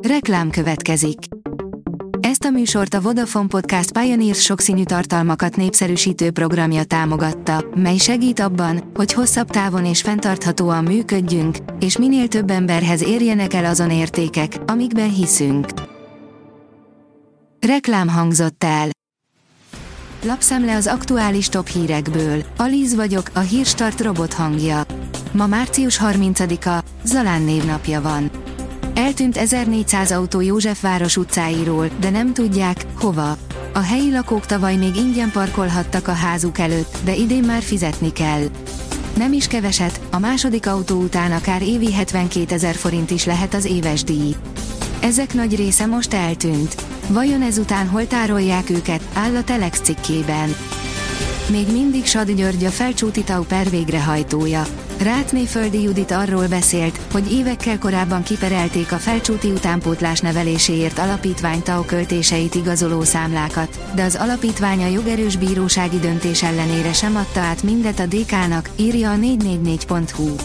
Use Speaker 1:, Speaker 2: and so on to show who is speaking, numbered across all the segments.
Speaker 1: Reklám következik. Ezt a műsort a Vodafone Podcast Pioneers sokszínű tartalmakat népszerűsítő programja támogatta, mely segít abban, hogy hosszabb távon és fenntarthatóan működjünk, és minél több emberhez érjenek el azon értékek, amikben hiszünk. Reklám hangzott el. Lapszemle az aktuális top hírekből. Alíz vagyok, a Hírstart robot hangja. Ma március 30-a, Zalán névnapja van. Eltűnt 1400 autó Józsefváros utcáiról, de nem tudják, hova. A helyi lakók tavaly még ingyen parkolhattak a házuk előtt, de idén már fizetni kell. Nem is keveset, a második autó után akár évi 72 000 forint is lehet az éves díj. Ezek nagy része most eltűnt. Vajon ezután hol tárolják őket, áll a Telex cikkében. Még mindig Sad György a Felcsúti TAU per végrehajtója. Rátnéföldi Judit arról beszélt, hogy évekkel korábban kiperelték a Felcsúti utánpótlás neveléséért alapítvány TAU költéseit igazoló számlákat, de az alapítvány a jogerős bírósági döntés ellenére sem adta át mindet a DK-nak, írja a 444.hu.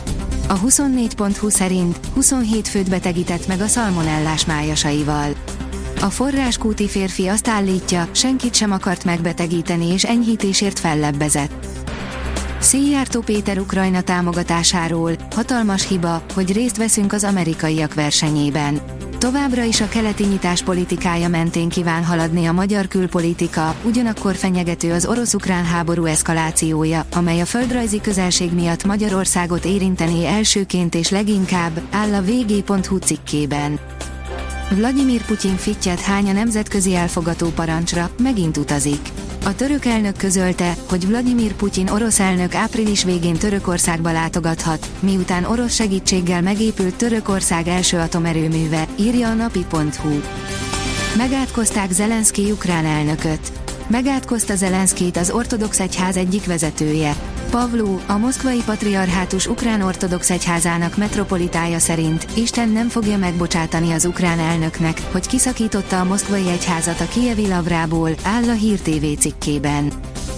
Speaker 1: A 24.hu szerint 27 főt betegített meg a szalmonellás májasaival. A forráskúti férfi azt állítja, senkit sem akart megbetegíteni és enyhítésért fellebbezett. Szijjártó Péter Ukrajna támogatásáról: hatalmas hiba, hogy részt veszünk az amerikaiak versenyében. Továbbra is a keleti nyitás politikája mentén kíván haladni a magyar külpolitika, ugyanakkor fenyegető az orosz-ukrán háború eszkalációja, amely a földrajzi közelség miatt Magyarországot érintené elsőként és leginkább, áll a vg.hu cikkében. Vladimir Putyin fittyet hány a nemzetközi elfogató parancsra, megint utazik. A török elnök közölte, hogy Vladimir Putyin orosz elnök április végén Törökországba látogathat, miután orosz segítséggel megépült Törökország első atomerőműve, írja a napi.hu. Megátkozták Zelenszkij ukrán elnököt. Megátkozta Zelenszkijt az ortodox egyház egyik vezetője. Pavló, a moszkvai patriarhátus ukrán ortodox egyházának metropolitája szerint Isten nem fogja megbocsátani az ukrán elnöknek, hogy kiszakította a moszkvai egyházat a kijevi Lavrából, áll a Hír TV cikkében.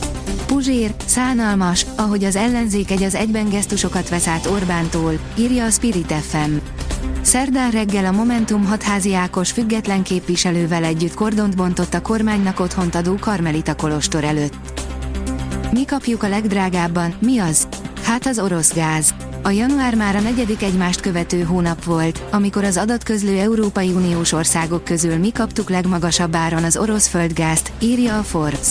Speaker 1: Puzsér, szánalmas, ahogy az ellenzék egy az egyben gesztusokat vesz át Orbántól, írja a Spirit FM. Szerdán reggel a Momentum Hatházi Ákos független képviselővel együtt kordont bontott a kormánynak otthont adó karmelita kolostor előtt. Mi kapjuk a legdrágábban, mi az? Hát az orosz gáz. A január már a negyedik egymást követő hónap volt, amikor az adatközlő Európai Uniós országok közül mi kaptuk legmagasabb áron az orosz földgázt, írja a Forbes.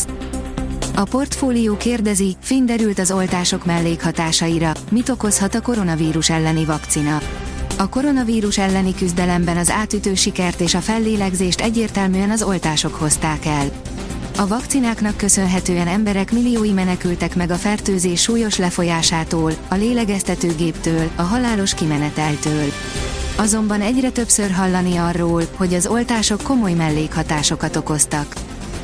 Speaker 1: A portfólió kérdezi, fény derült az oltások mellékhatásaira, mit okozhat a koronavírus elleni vakcina. A koronavírus elleni küzdelemben az átütő sikert és a fellélegzést egyértelműen az oltások hozták el. A vakcináknak köszönhetően emberek milliói menekültek meg a fertőzés súlyos lefolyásától, a lélegeztetőgéptől, a halálos kimeneteltől. Azonban egyre többször hallani arról, hogy az oltások komoly mellékhatásokat okoztak.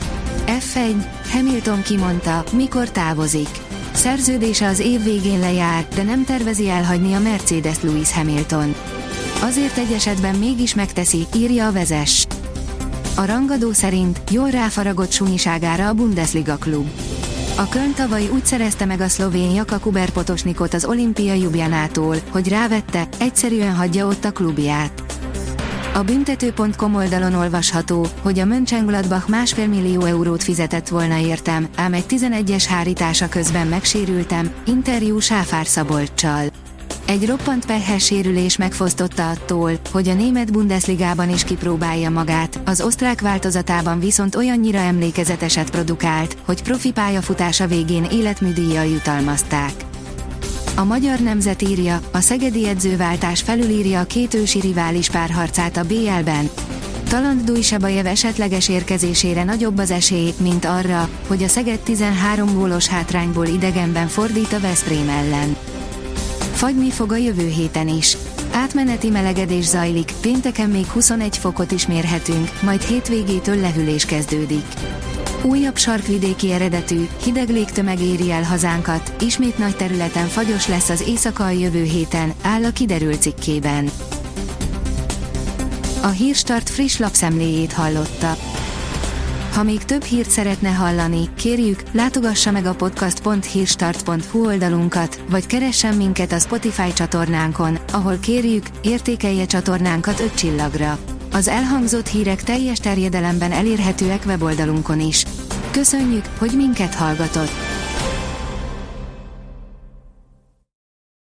Speaker 1: F1, Hamilton kimondta, mikor távozik. Szerződése az év végén lejár, de nem tervezi elhagyni a Mercedes Lewis Hamilton. Azért egy esetben mégis megteszi, írja a Vezess. A rangadó szerint jól ráfaragott sunyiságára a Bundesliga klub. A Köln tavaly úgy szerezte meg a szlovén Jaka Kuber Potosnikot az Olimpia Ljubljanától, hogy rávette, egyszerűen hagyja ott a klubját. A büntető.com oldalon olvasható, hogy a Mönchengladbach 1,5 millió eurót fizetett volna értem, ám egy 11-es hárítása közben megsérültem, interjú Sáfár Szabolccsal. Egy roppant pehhes sérülés megfosztotta attól, hogy a német Bundesligában is kipróbálja magát, az osztrák változatában viszont olyannyira emlékezeteset produkált, hogy profi pályafutása végén életműdíjjal jutalmazták. A Magyar Nemzet írja, a szegedi edzőváltás felülírja a két ősi rivális párharcát a BL-ben. Talant Dujsebajev esetleges érkezésére nagyobb az esély, mint arra, hogy a Szeged 13 gólos hátrányból idegenben fordít a Veszprém ellen. Fagyni fog a jövő héten is. Átmeneti melegedés zajlik, pénteken még 21 fokot is mérhetünk, majd hétvégétől lehűlés kezdődik. Újabb sarkvidéki eredetű, hideg légtömeg éri el hazánkat, ismét nagy területen fagyos lesz az éjszaka a jövő héten, áll a Kiderült cikkében. A Hírstart friss lapszemléjét hallotta. Ha még több hírt szeretne hallani, kérjük, látogassa meg a podcast.hírstart.hu oldalunkat, vagy keressen minket a Spotify csatornánkon, ahol kérjük, értékelje csatornánkat 5 csillagra. Az elhangzott hírek teljes terjedelemben elérhetőek weboldalunkon is. Köszönjük, hogy minket hallgatott!